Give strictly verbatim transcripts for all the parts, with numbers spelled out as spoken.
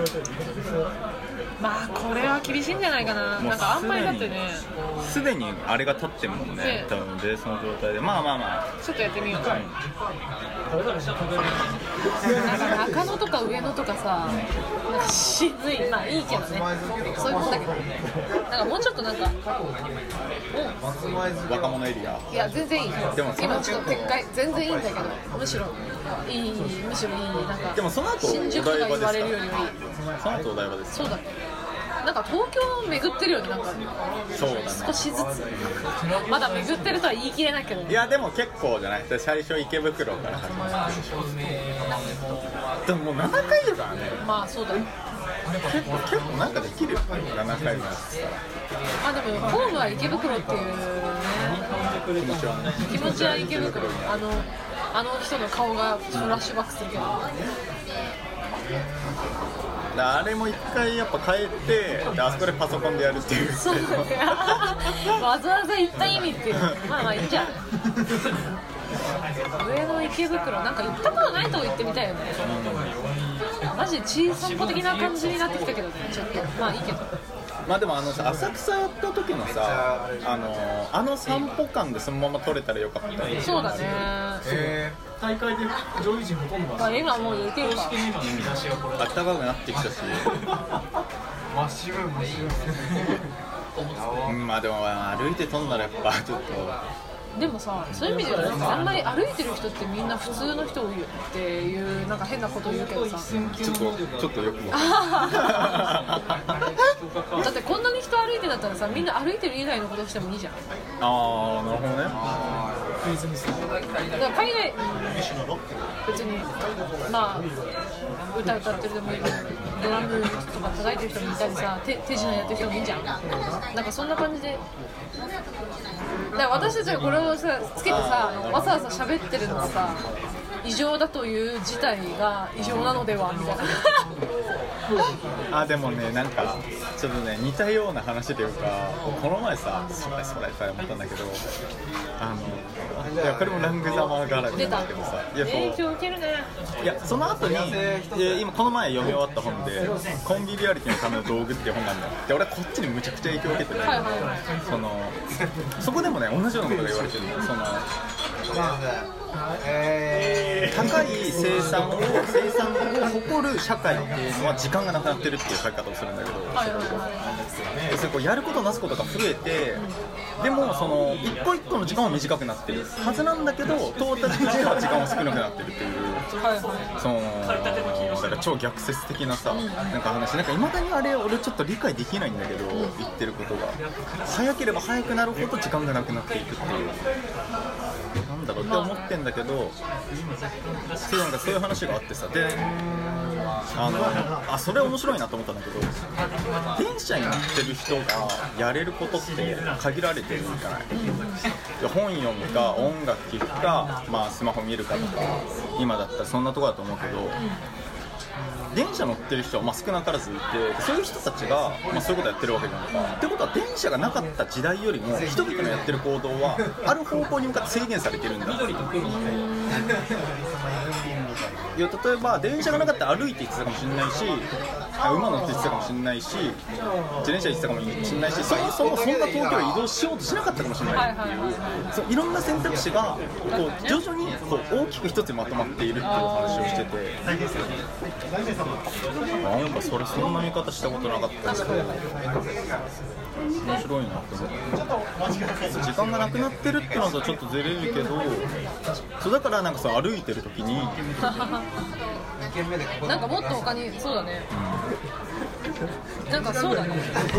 まあこれは厳しいんじゃないかな。なんかあんまりだってねすでにあれが立ってるもんね、ね多分ベースの状態で。まあまあまあちょっとやってみようか、うん、なんか中野とか上野とかさ、なんか渋い、まあいいけどね、そういうことだけど、なんかもうちょっとなんか若者エリア、 いや全然いい、 でも今ちょっと撤回全然いいんだけど、むしろいい、むしろいい、なんかでもその後新宿とか言われるよりはいい。 その後お台場ですか。 そうだね、なんか東京を巡ってるよね、なんかそうだね、 少しずつまだ巡ってるとは言い切れないけど、 いやでも結構じゃない、最初池袋から始まってるでしょ。でももうななかいだからね。 まあそうだね、 結構結構なんかできるよね、ななかいのやつ。 まあでもホームは池袋っていうね、 気持ちはね、 気持ちは池袋、あのあの人の顔がフラッシュバックするけど、 あれも一回やっぱ変えて、であそこでパソコンでやるっていう。 そうだねわざわざ行った意味っていう、まあまあいいんじゃん上野池袋、なんか行ったことないとこ行ってみたいよね、うん、マジ小散歩的な感じになってきたけどね、ちょっとまあいいけど、 まあでもあのさ、浅草やった時のさ、あのあの散歩感でそのまま撮れたらよかった。 そうだね、 えー、大会で上位陣ほとんどまあ今もう行けるか、 公式に今見出しがこれ暖かくなってきたし真っ白い真っ白いうん、まあでも歩いて撮んならやっぱちょっと、 でもさ、そういう意味ではなんかあんまり歩いてる人ってみんな普通の人多いよっていうなんか変なこと言うけどさ、 ちょっとちょっとよくわかるだってこんなに人歩いてだったらさ、みんな歩いてる以外のことしてもいいじゃん。 ああ、なるほどね。 だから海外別にまあ歌歌ってるでもいいけど、ドラムとか叩いてる人もいたりさ、手手品やってる人もいいんじゃん。なんかそんな感じで、だから私たちがこれをさつけてさ、わざわざ喋ってるのはさ、異常だという事態が異常なのではみたいなあ、でもね、なんかちょっとね似たような話というか、この前さ、それそれって思ったんだけど、あのいやこれもラングザマー絡みなんだけどさ、いや影響受けるね。 いやその後に、いや今この前読み終わった本でコンビリアリティのための道具っていう本なんだよ。で俺はこっちにむちゃくちゃ影響を受けてね、 はいはいはい、 そのそこでもね同じようなことが言われてるの。そのえー、高い生産を生産を誇る社会っていうのは時間がなくなってるっていう書き方をするんだけど、 はいはいはい、 でそれこうやることなすことが増えて、でもその一個一個の時間は短くなってるはずなんだけど、トータルとしては時間は少なくなってるっていう、 はいはい、 そのだから超逆説的なさ、なんか話、なんか未だにあれ俺ちょっと理解できないんだけど、言ってることが早ければ早くなるほど時間がなくなっていくっていう、なんだろうって思ってんだけど、そうなんかそういう話があってさ、であのあそれ面白いなと思ったんだけど、電車に乗ってる人がやれることって限られてるんじゃない？で本読むか音楽聴くか、まあ、スマホ見るかとか、今だったらそんなとこだと思うけど、電車乗ってる人はまあ少なからずいて、そういう人たちがまあそういうことやってるわけじゃんか。ってことは電車がなかった時代よりも人々のやってる行動はある方向に向かって制限されてるんだ。いや例えば電車がなかったら歩いて行ってたかもしれないし、馬乗って行ってたかもしれないし、自転車行ってたかもしれないし、そもそもそんな東京へ移動しようとしなかったかもしれないっていう、そういろんな選択肢がこう徐々にこう大きく一つにまとまっているっていう話をしてて、なんかそれそんな見方したことなかったんですけど、面白いなって思って、時間がなくなってるってのとちょっとずれるけど、そうだからなんかさ歩いてる時になんかもっと他に、そうだね、うん、なんかそうだね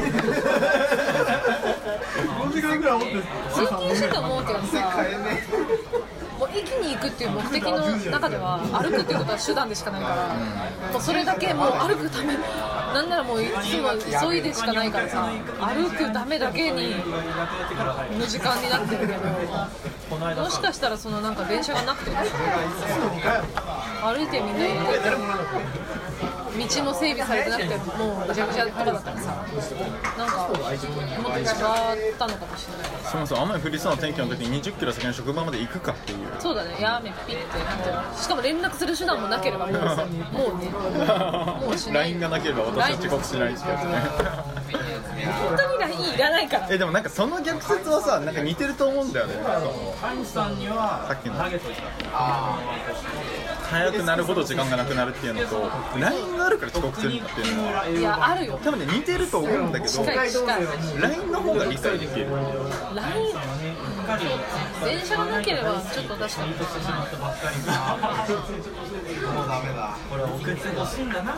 通勤してて思うけどさ、もう駅に行くっていう目的の中では歩くっていうことは手段でしかないから、もうそれだけもう歩くため、なんならもういつも急いでしかないからさ、歩くためだけにの時間になってるけど、もしかしたらそのなんか電車がなくて歩いてみんな行くって道も整備されてなくてもうぐちゃぐちゃとかだったらさ、なんかもっと違ったのかもしれない。 そもそも雨降りそうな天気の時ににじゅっキロ先の職場まで行くかっていう。 そうだね、やめピッてなってる。しかも連絡する手段もなければもうさもうねもうしない。 ライン がなければ私は遅刻しないってやつね。 本当に ライン いらないから。 えでもなんかその逆説はさ、なんか似てると思うんだよね。さっきの早くなるほど時間がなくなるっていうのと ライン があるから遅刻するっていうのは、 いやあるよ、 多分ね似てると思うんだけど、 近い近いライン の方が理解できる。 ライン 電車がなければちょっと確かにもうダメだ。これ送ってほしいんだな。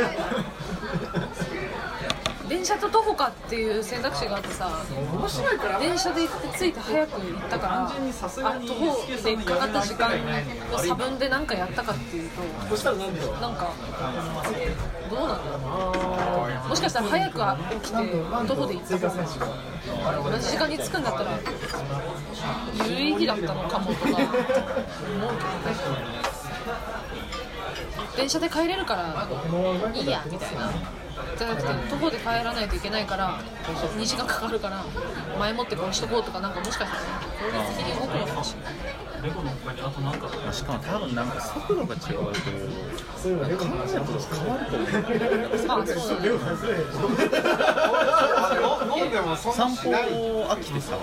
電車と徒歩かっていう選択肢があってさ、電車で行って着いて早く行ったから、あ徒歩でかかった時間を差分で何かやったかっていうと、なんかどうなんだろう。もしかしたら早く起きて徒歩で行った方が同じ時間に着くんだったら有意義だったのかもとか思うけどね。電車で帰れるからいいやみたいなじゃなくて、徒歩で帰らないといけないからにじかんかかるから前もってこうしとこうとか、なんかもしかしたら効率的に動くのかもしれない。 しかも多分なんか速度が違うと考えること変わると思う。 あ、そうだね。 散歩飽きてさ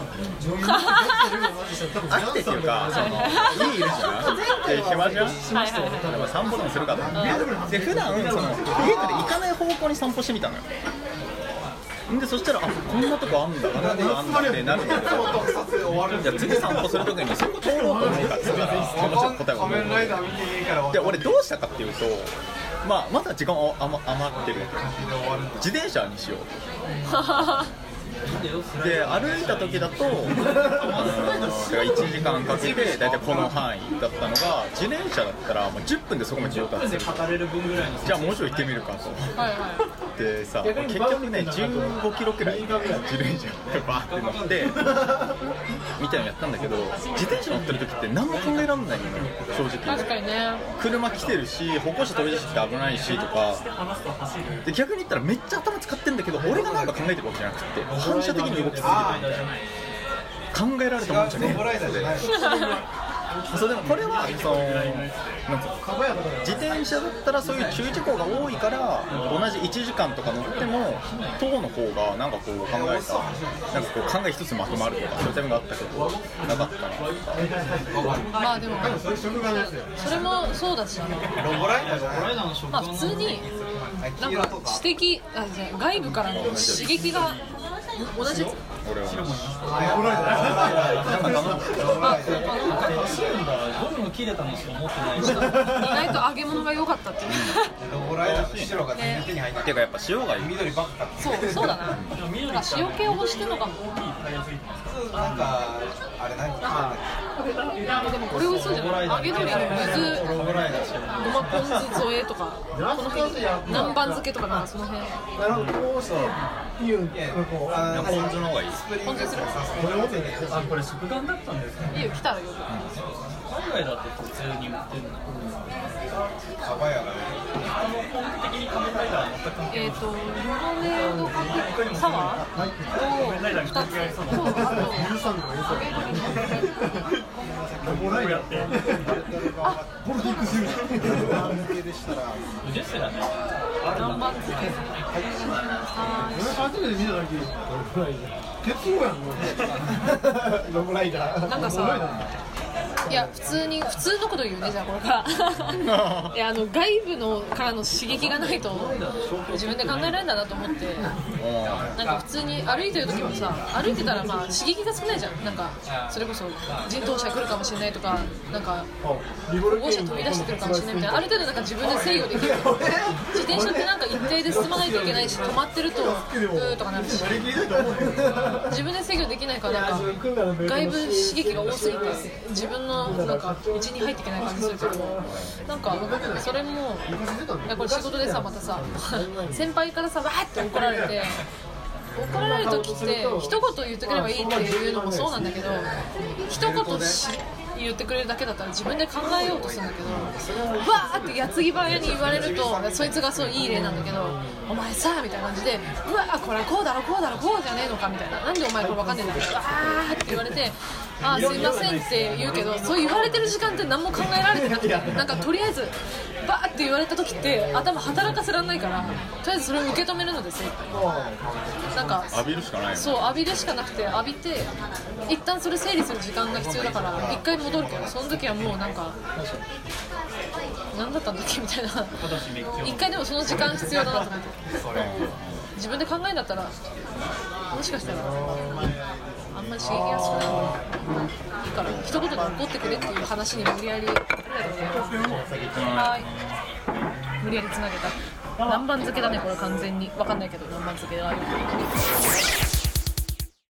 飽きてっていうか、その家いるじゃんで暇じゃん、 はいはいはい、 でも散歩でもするかと思って、で普段その家から行かない方向に散歩してみたのよ。でそしたら、あ、こんなとこあんだ、あんなとこあんだってなるんだけど、じゃあ次散歩するときにそこ通ろうと思うかって言ったら、もちろん答えは思う。で俺どうしたかっていうと、まあ、まだ時間余ってるわけ、自転車にしようと。で歩いた時だといちじかんかけてだいたいこの範囲だったのが、自転車だったらもうじゅっぷんでそこまで上達する。じゃあもうちょい行ってみるかと。 はいはい、 でさ、結局ねじゅうごキロくらい自転車でバーって乗ってみたいなのやったんだけど、自転車乗ってる時って何も考えられないのよ正直。 確かにね。 車来てるし歩行者飛び出して危ないしとかで、逆に言ったらめっちゃ頭使ってんだけど俺がなんか考えてるわけじゃなくて、反射的に動き続けてるみたいな、考えられたもんじゃねえ。そうでもこれはそのなんつうの、自転車だったらそういう注意事項が多いから同じいちじかんとか乗っても徒歩の方がなんかこう考えたなんかこう考え一つまとまるとかそういう点があったけどなかったな。 まあでもそれもそうだし、まあ普通になんか指摘あじゃ外部からの刺激が同じ。 俺はゴム切れたのしか持ってないし、 意外と揚げ物が良かったっていうね。 ていうかやっぱ塩がいい。 そうそうだな。なんか塩気を欲してるのかも。 なんかあれ何でもこれ美味しそうじゃない？揚げ鶏の水ごまポン酢添えとか、この辺南蛮漬けとかなんかその辺。 なるほど、こうしていいよ。 ポン酢の方がいい。 ポン酢する。 あ、これ食玩だったんですか？ いいよ、来たらよく。 海外だと普通に売ってるの。 えっと、ルモネードかサワーをふたつと、あと揚げ鶏あ、これビッグスでしたらね。 南蛮漬け俺初めて見た時鉄棒やんロボライダー。 なんかさ、いや普通に普通のこと言うね、じゃあこれからいやあの外部のからの刺激がないと自分で考えられるんだなと思って、なんか普通に歩いてる時もさ、歩いてたらまあ刺激が少ないじゃん。なんかそれこそ人頭車来るかもしれないとか、なんか歩行者飛び出してくるかもしれないみたいな、ある程度なんか自分で制御できる。自転車ってなんか一定で進まないといけないし、止まってるとうーとかなるし、自分で制御できないからなんか外部刺激が多すぎて自分のなんか道に入っていけない感じするけど、なんかそれもいやこれ仕事でさ、またさ先輩からさわーって怒られて、怒られる時って一言言ってくればいいっていうのもそうなんだけど、一言し言ってくれるだけだったら自分で考えようとするんだけど、わーって矢継ぎ早に言われるとそいつがそういい例なんだけど、お前さみたいな感じで、うわーこれこうだろこうだろこうじゃねえのかみたいな、なんでお前これ分かんねえんだけど、わーって言われて、あーすいませんって言うけど、そう言われてる時間って何も考えられてなくて、なんかとりあえずバーって言われた時って頭働かせられないから、とりあえずそれを受け止めるのですよ。なんか浴びるしかないよね。 そう浴びるしかなくて、浴びて一旦それ整理する時間が必要だから一回戻るけど、その時はもうなんか何だったんだっけみたいな、一回でもその時間必要だなと思って、自分で考えんだったらもしかしたらあんまり刺激が少ない方がいいから、一言で怒ってくれっていう話に無理やり、ありがとうございます。はい、無理やりつなげた。南蛮漬けだねこれ完全に。分かんないけど南蛮漬けがある。